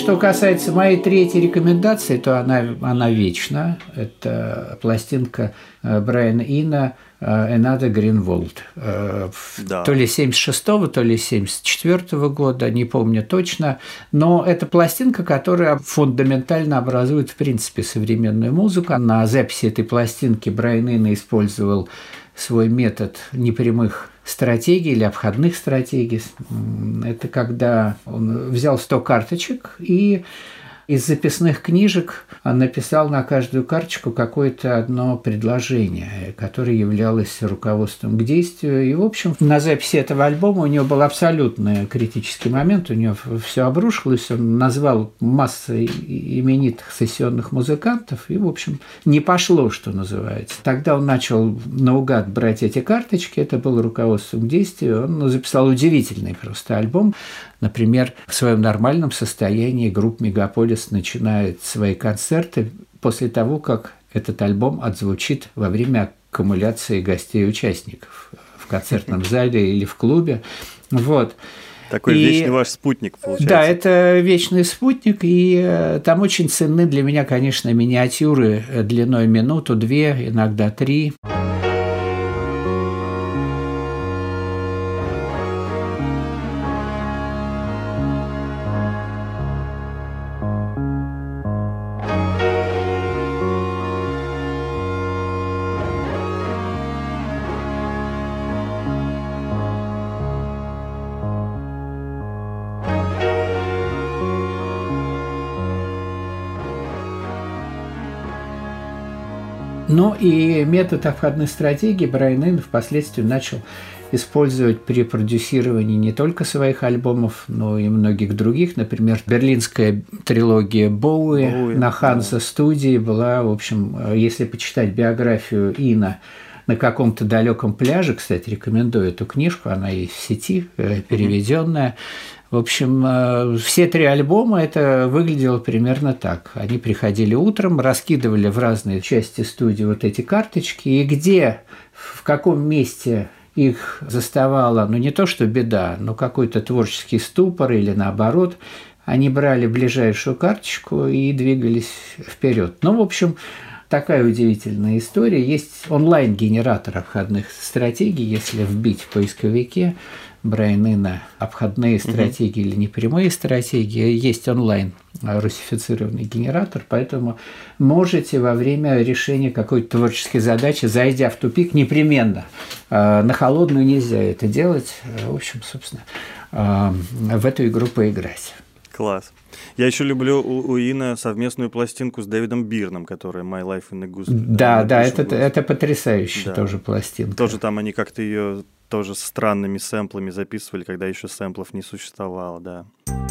что касается моей третьей рекомендации, то она вечна. Это пластинка Брайана Ина «Another Green World». Да. То ли 76-го, то ли 74-го года, не помню точно. Но это пластинка, которая фундаментально образует, в принципе, современную музыку. На записи этой пластинки Брайан Ина использовал свой метод непрямых стратегий или обходных стратегий. Это когда он взял 100 карточек и из записных книжек написал на каждую карточку какое-то одно предложение, которое являлось руководством к действию. И, в общем, на записи этого альбома у него был абсолютно критический момент, у него все обрушилось, он назвал массу именитых сессионных музыкантов, и, в общем, не пошло, что называется. Тогда он начал наугад брать эти карточки, это было руководством к действию, он записал удивительный просто альбом. Например, в своем нормальном состоянии группа «Мегаполис» начинает свои концерты после того, как этот альбом отзвучит во время аккумуляции гостей-участников в концертном зале или в клубе. Вот. Такой вечный ваш спутник, получается. Да, это вечный спутник, и там очень ценны для меня, конечно, миниатюры длиной минуту, 2, иногда 3. Ну и метод обходной стратегии Брайан Ин впоследствии начал использовать при продюсировании не только своих альбомов, но и многих других. Например, берлинская трилогия Боуи на Ханза студии была, в общем, если почитать биографию Ина на каком-то далеком пляже, кстати, рекомендую эту книжку, она есть в сети, переведенная. В общем, все 3 альбома это выглядело примерно так. Они приходили утром, раскидывали в разные части студии вот эти карточки, и где, в каком месте их заставала, ну не то что беда, но какой-то творческий ступор или наоборот, они брали ближайшую карточку и двигались вперед. Ну, в общем, такая удивительная история. Есть онлайн-генератор обходных стратегий, если вбить в поисковике Брайан Ина обходные стратегии или непрямые стратегии, есть онлайн русифицированный генератор, поэтому можете во время решения какой-то творческой задачи, зайдя в тупик, непременно. На холодную нельзя это делать. В общем, собственно, в эту игру поиграть. Класс. Я еще люблю у Ина совместную пластинку с Дэвидом Бирном, которая «My Life in a Goose». Да, это потрясающая тоже пластинка. Тоже там они как-то ее тоже с странными сэмплами записывали, когда еще сэмплов не существовало, да.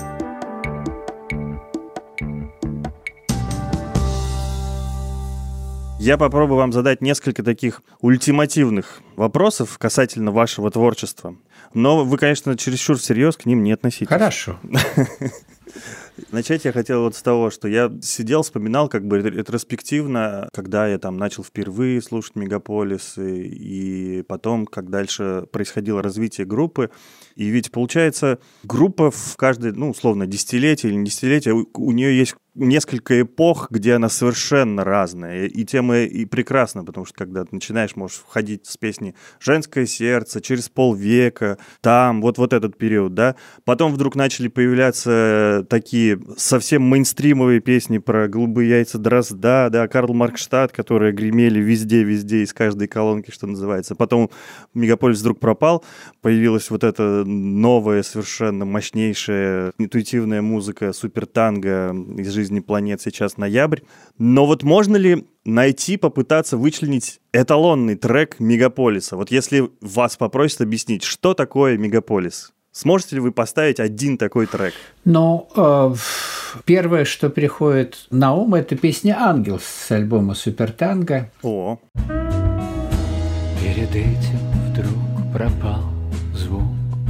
Я попробую вам задать несколько таких ультимативных вопросов касательно вашего творчества. Но вы, конечно, чересчур всерьез к ним не относитесь. Хорошо. Начать я хотел вот с того, что я сидел, вспоминал как бы ретроспективно, когда я там начал впервые слушать «Мегаполис», и потом, как дальше происходило развитие группы. И ведь, получается, группа в каждое, ну, условно, десятилетие или не десятилетие, у нее есть несколько эпох, где она совершенно разная. И тема и прекрасна, потому что когда ты начинаешь, можешь входить с песни «Женское сердце», «Через полвека», там, вот этот период, да. Потом вдруг начали появляться такие совсем мейнстримовые песни про «Голубые яйца Дрозда», да, Карл Маркштадт, которые гремели везде, из каждой колонки, что называется. Потом «Мегаполис» вдруг пропал, появилась вот эта новая, совершенно мощнейшая, интуитивная музыка супертанго из жизни планет, сейчас «Ноябрь». Но вот можно ли найти, попытаться вычленить эталонный трек «Мегаполиса»? Вот если вас попросят объяснить, что такое «Мегаполис», сможете ли вы поставить один такой трек? Ну, первое, что приходит на ум, это песня «Ангел» с альбома «Супертанго». О. Перед этим вдруг пропал звук,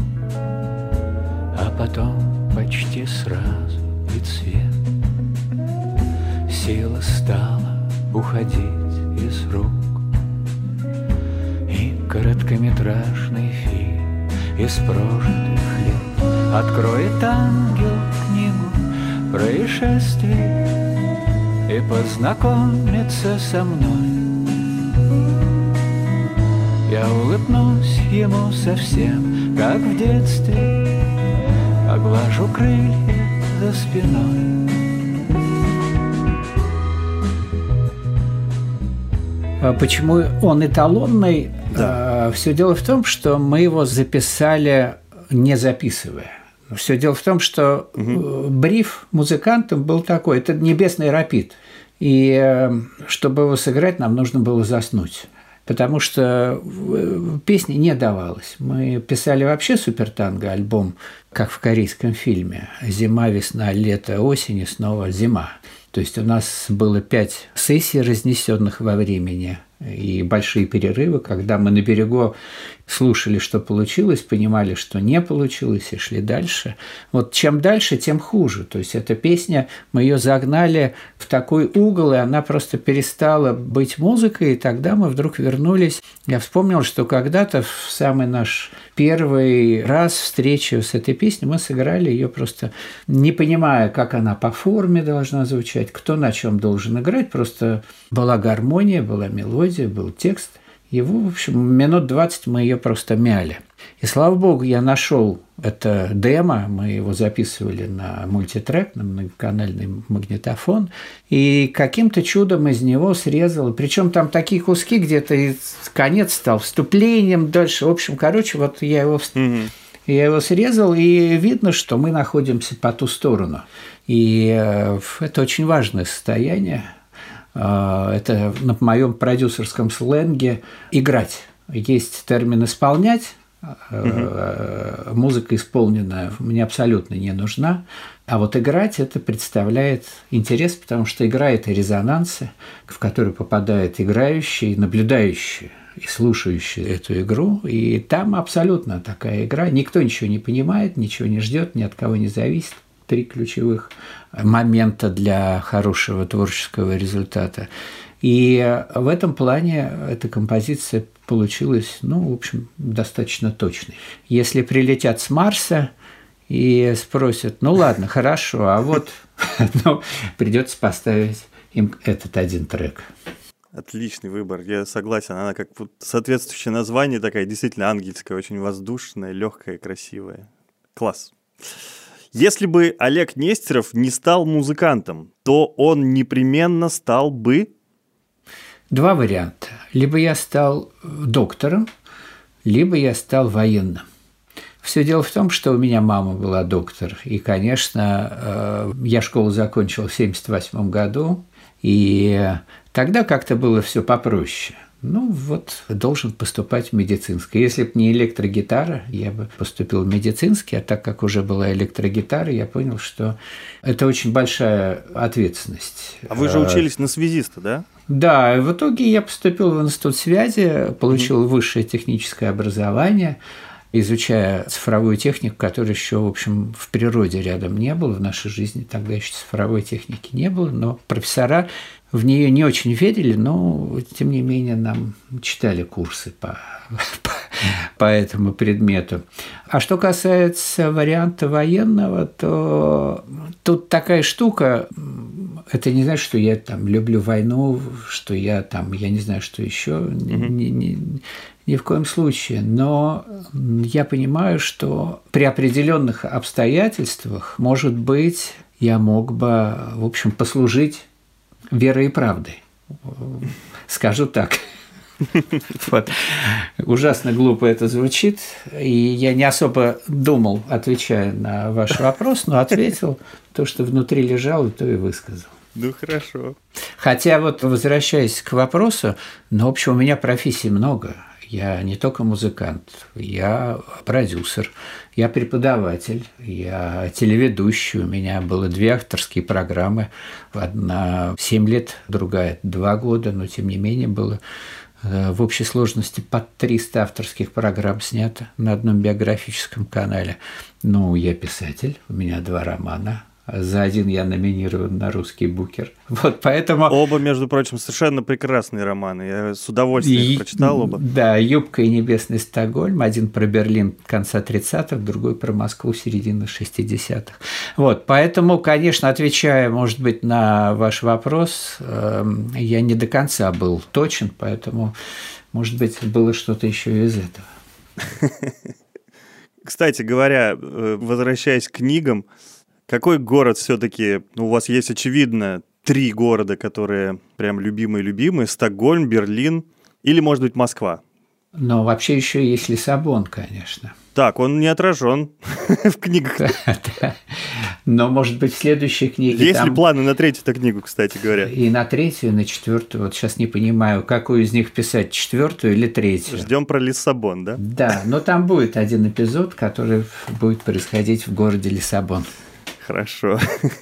а потом почти сразу и цвет. Сила стала уходить из рук, и короткометражный фильм из прожитых лет откроет ангел книгу происшествий и познакомиться со мной. Я улыбнусь ему совсем, как в детстве, оглажу крылья за спиной. Почему он эталонный? Да. Все дело в том, что мы его записали, не записывая. Все дело в том, что бриф музыкантам был такой. Это «Небесный рапид». И чтобы его сыграть, нам нужно было заснуть. Потому что песни не давалось. Мы писали вообще супертанго альбом, как в корейском фильме. Зима, весна, лето, осень и снова зима. То есть у нас было 5 сессий, разнесенных во времени, и большие перерывы, когда мы на берегу слушали, что получилось, понимали, что не получилось, и шли дальше. Вот чем дальше, тем хуже. То есть эта песня, мы ее загнали в такой угол, и она просто перестала быть музыкой, и тогда мы вдруг вернулись. Я вспомнил, что когда-то в самый наш первый раз встречу с этой песней мы сыграли ее просто не понимая, как она по форме должна звучать, кто на чем должен играть, просто была гармония, была мелодия, был текст. Его, в общем, минут 20 мы ее просто мяли. И, слава богу, я нашел это демо, мы его записывали на мультитрек, на многоканальный магнитофон, и каким-то чудом из него срезал. Причем там такие куски, где-то и конец стал вступлением, дальше. В общем, короче, вот я его срезал, и видно, что мы находимся по ту сторону. И это очень важное состояние. Это на моем продюсерском сленге играть. Есть термин «исполнять». Музыка исполненная мне абсолютно не нужна. А вот играть – это представляет интерес, потому что игра – это резонансы, в которые попадают играющие, наблюдающие и слушающие эту игру. И там абсолютно такая игра. Никто ничего не понимает, ничего не ждет, ни от кого не зависит. 3 ключевых момента для хорошего творческого результата. И в этом плане эта композиция получилась, в общем, достаточно точной. Если прилетят с Марса и спросят, ладно, хорошо, а вот придется поставить им этот один трек. Отличный выбор, я согласен. Она как соответствующее название такая действительно ангельская, очень воздушная, легкая, красивая. Класс. Если бы Олег Нестеров не стал музыкантом, то он непременно стал бы... 2 варианта. Либо я стал доктором, либо я стал военным. Все дело в том, что у меня мама была доктор. И, конечно, я школу закончил в 1978 году. И тогда как-то было все попроще. Должен поступать в медицинское. Если бы не электрогитара, я бы поступил в медицинский, а так как уже была электрогитара, я понял, что это очень большая ответственность. А вы же учились на связиста, да? Да, и в итоге я поступил в институт связи, получил высшее техническое образование, изучая цифровую технику, которая еще, в общем, в природе рядом не было, в нашей жизни тогда еще цифровой техники не было, но профессора в нее не очень верили, но, тем не менее, нам читали курсы по этому предмету. А что касается варианта военного, то тут такая штука, это не значит, что я там люблю войну, что я там, я не знаю, что еще, ни в коем случае. Но я понимаю, что при определенных обстоятельствах, может быть, я мог бы, в общем, послужить верой и правдой. Скажу так. Ужасно глупо это звучит, и я не особо думал, отвечая на ваш вопрос, но ответил то, что внутри лежало, то и высказал. Хорошо. Хотя возвращаясь к вопросу, в общем, у меня профессий много. Я не только музыкант, я продюсер, я преподаватель, я телеведущий. У меня было 2 авторские программы. Одна 7 лет, другая 2 года, но тем не менее было в общей сложности под 300 авторских программ снято на одном биографическом канале. Я писатель, у меня 2 романа За один я номинирован на русский Букер. Вот поэтому... Оба, между прочим, совершенно прекрасные романы. Я с удовольствием прочитал оба. Да, «Юбка» и «Небесный Стокгольм». Один про Берлин конца 30-х, другой про Москву середины 60-х. Вот, поэтому, конечно, отвечая, может быть, на ваш вопрос, я не до конца был точен, поэтому, может быть, было что-то еще из этого. Кстати говоря, возвращаясь к книгам, какой город все-таки, у вас есть, очевидно, 3 города, которые прям любимые-любимые: Стокгольм, Берлин или, может быть, Москва? Но вообще еще есть Лиссабон, конечно. Так, он не отражен в книгах. Но, может быть, в следующей книге... Есть ли планы на 3-ю книгу, кстати говоря? И на 3-ю, и на 4-ю. Вот сейчас не понимаю, какую из них писать, 4-ю или 3-ю. Ждем про Лиссабон, да? Да, но там будет один эпизод, который будет происходить в городе Лиссабон. Хорошо.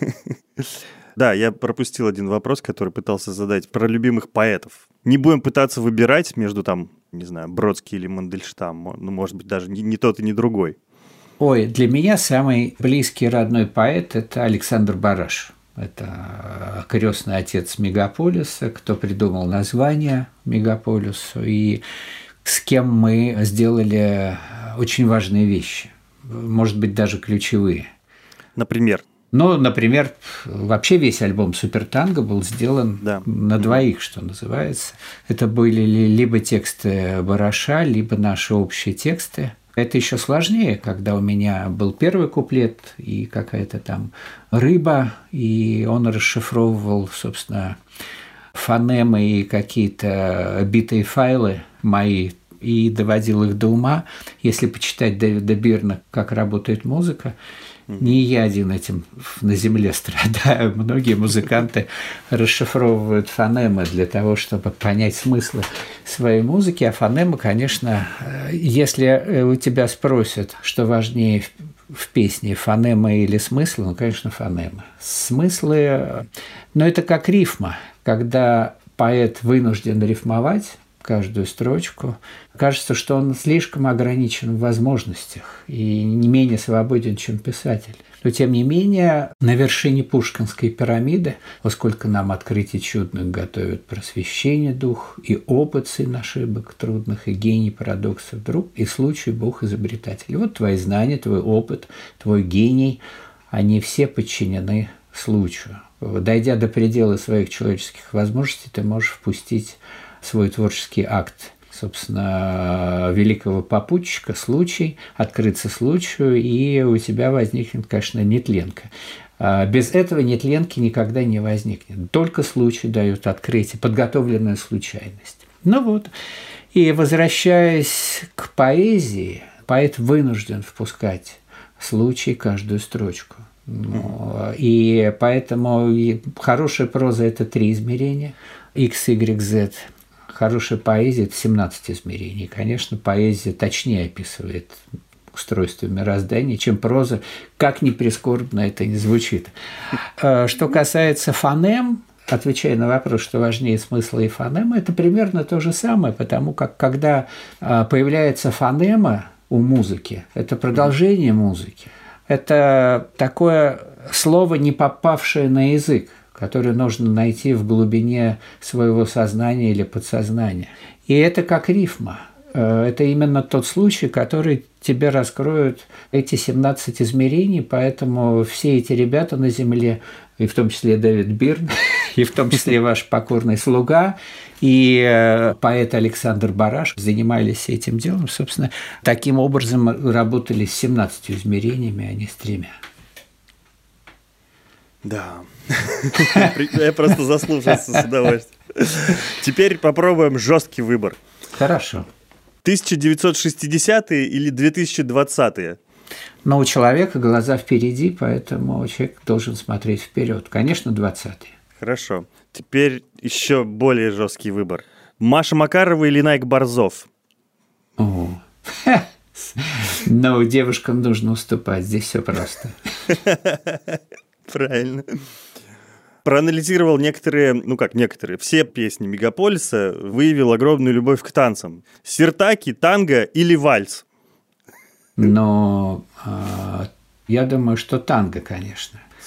Да, я пропустил один вопрос, который пытался задать про любимых поэтов. Не будем пытаться выбирать между, там, не знаю, Бродский или Мандельштам. Ну, может быть, даже не тот и не другой. Ой, для меня самый близкий родной поэт – это Александр Бараш. Это крестный отец мегаполиса, кто придумал название мегаполису, и с кем мы сделали очень важные вещи, может быть, даже ключевые. Например? Ну, например, вообще весь альбом «Супертанго» был сделан на двоих, что называется. Это были либо тексты Бараша, либо наши общие тексты. Это еще сложнее, когда у меня был первый куплет и какая-то там рыба, и он расшифровывал, собственно, фонемы и какие-то битые файлы мои и доводил их до ума. Если почитать Дэвида Бирна «Как работает музыка», не я один этим на земле страдаю. Многие музыканты расшифровывают фонемы для того, чтобы понять смыслы своей музыки. А фонемы, конечно, если у тебя спросят, что важнее в песне, фонемы или смыслы, ну, конечно, фонемы. Смыслы, но это как рифма. Когда поэт вынужден рифмовать каждую строчку, кажется, что он слишком ограничен в возможностях и не менее свободен, чем писатель. Но, тем не менее, на вершине Пушкинской пирамиды, поскольку нам открытий чудных готовят просвещение дух, и опыт сын ошибок трудных, и гений парадоксов друг, и случай Бог изобретатель. Вот твои знания, твой опыт, твой гений, они все подчинены случаю. Дойдя до предела своих человеческих возможностей, ты можешь впустить свой творческий акт, собственно, великого попутчика, случай, открыться случаю, и у тебя возникнет, конечно, нетленка. Без этого нетленки никогда не возникнет. Только случай дает открытие, подготовленная случайность. Ну вот, и возвращаясь к поэзии, поэт вынужден впускать случай каждую строчку. И поэтому хорошая проза – это 3 измерения, X, Y, Z. Хорошая поэзия – это 17 измерений. Конечно, поэзия точнее описывает устройство мироздания, чем проза, как ни прискорбно это ни звучит. Что касается фонем, отвечая на вопрос, что важнее смысла и фонема, это примерно то же самое, потому как когда появляется фонема у музыки, это продолжение музыки, это такое слово, не попавшее на язык, который нужно найти в глубине своего сознания или подсознания. И это как рифма. Это именно тот случай, который тебе раскроют эти 17 измерений, поэтому все эти ребята на земле, и в том числе Дэвид Бирн, и в том числе ваш покорный слуга, и поэт Александр Бараш занимались этим делом, собственно, таким образом работали с 17 измерениями, а не с 3. Да, я просто заслушался с удовольствием. Теперь попробуем жесткий выбор. Хорошо. 1960-е или 2020-е? Но у человека глаза впереди, поэтому человек должен смотреть вперед. Конечно, 20-е. Хорошо. Теперь еще более жесткий выбор. Маша Макарова или Найк Борзов? Но девушкам нужно уступать. Здесь все просто. Правильно. Проанализировал все песни Мегаполиса, выявил огромную любовь к танцам. Сиртаки, танго или вальс? Но я думаю, что танго, конечно.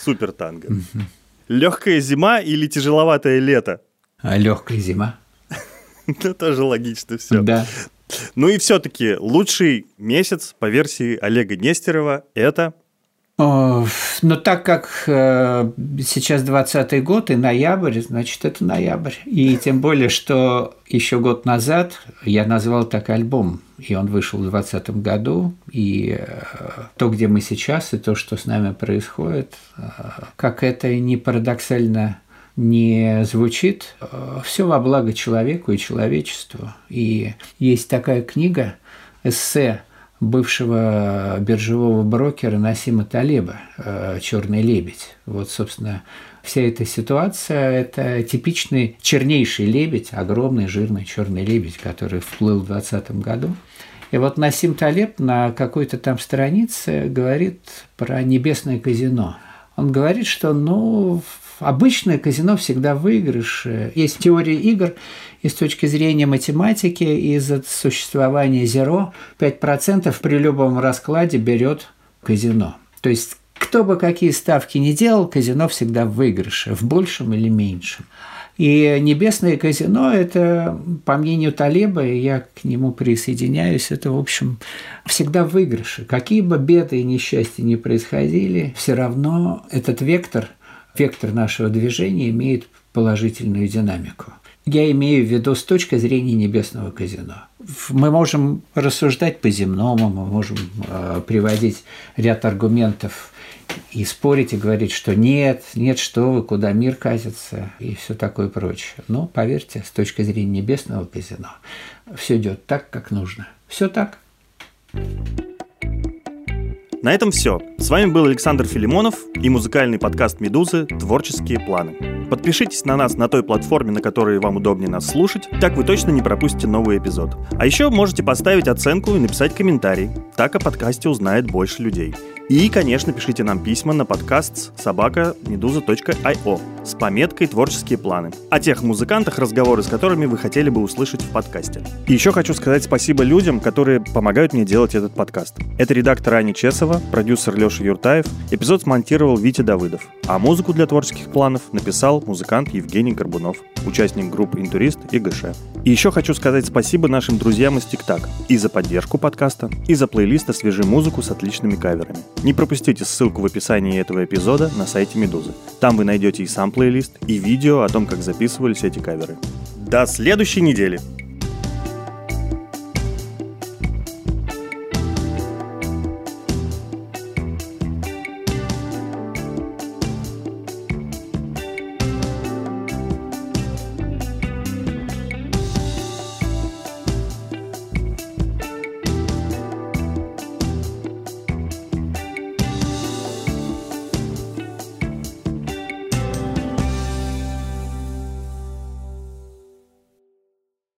Супертанго. Легкая зима или тяжеловатое лето? Легкая зима. Это тоже логично все. Да. Ну и все-таки лучший месяц, по версии Олега Нестерова, это... Но так как сейчас 20-й год и ноябрь, значит, это ноябрь. И тем более, что еще год назад я назвал так альбом, и он вышел в 2020 году, и то, где мы сейчас, и то, что с нами происходит, как это ни парадоксально не звучит, все во благо человеку и человечеству. И есть такая книга, эссе бывшего биржевого брокера Насима Талеба «Черный лебедь». Вот, собственно, вся эта ситуация – это типичный чернейший лебедь, огромный жирный черный лебедь, который вплыл в 2020 году. И вот Насим Талеб на какой-то там странице говорит про небесное казино. Он говорит, что, обычное казино всегда выигрыш. Есть теория игр, и с точки зрения математики, из-за существования зеро 5% при любом раскладе берет казино. То есть, кто бы какие ставки ни делал, казино всегда в выигрыше, в большем или меньшем. И небесное казино – это, по мнению Талеба, и я к нему присоединяюсь, это, в общем, всегда в выигрыше. Какие бы беды и несчастья ни происходили, все равно этот вектор нашего движения имеет положительную динамику. Я имею в виду с точки зрения небесного казино. Мы можем рассуждать по-земному, мы можем приводить ряд аргументов и спорить, и говорить, что нет, что вы, куда мир катится, и все такое прочее. Но, поверьте, с точки зрения небесного казино все идет так, как нужно. Все так. На этом все. С вами был Александр Филимонов и музыкальный подкаст «Медузы. Творческие планы». Подпишитесь на нас на той платформе, на которой вам удобнее нас слушать, так вы точно не пропустите новый эпизод. А еще можете поставить оценку и написать комментарий, так о подкасте узнает больше людей. И, конечно, пишите нам письма на podcast@meduza.io с пометкой «Творческие планы» о тех музыкантах, разговоры с которыми вы хотели бы услышать в подкасте. И еще хочу сказать спасибо людям, которые помогают мне делать этот подкаст. Это редактор Аня Чесова, продюсер Леша Юртаев, эпизод смонтировал Витя Давыдов, а музыку для творческих планов написал музыкант Евгений Горбунов, участник групп «Интурист» и ГШ. И еще хочу сказать спасибо нашим друзьям из ТикТак и за поддержку подкаста, и за плейлист «Освежи музыку» с отличными каверами. Не пропустите ссылку в описании этого эпизода на сайте Медузы. Там вы найдете и сам плейлист, и видео о том, как записывались эти каверы. До следующей недели!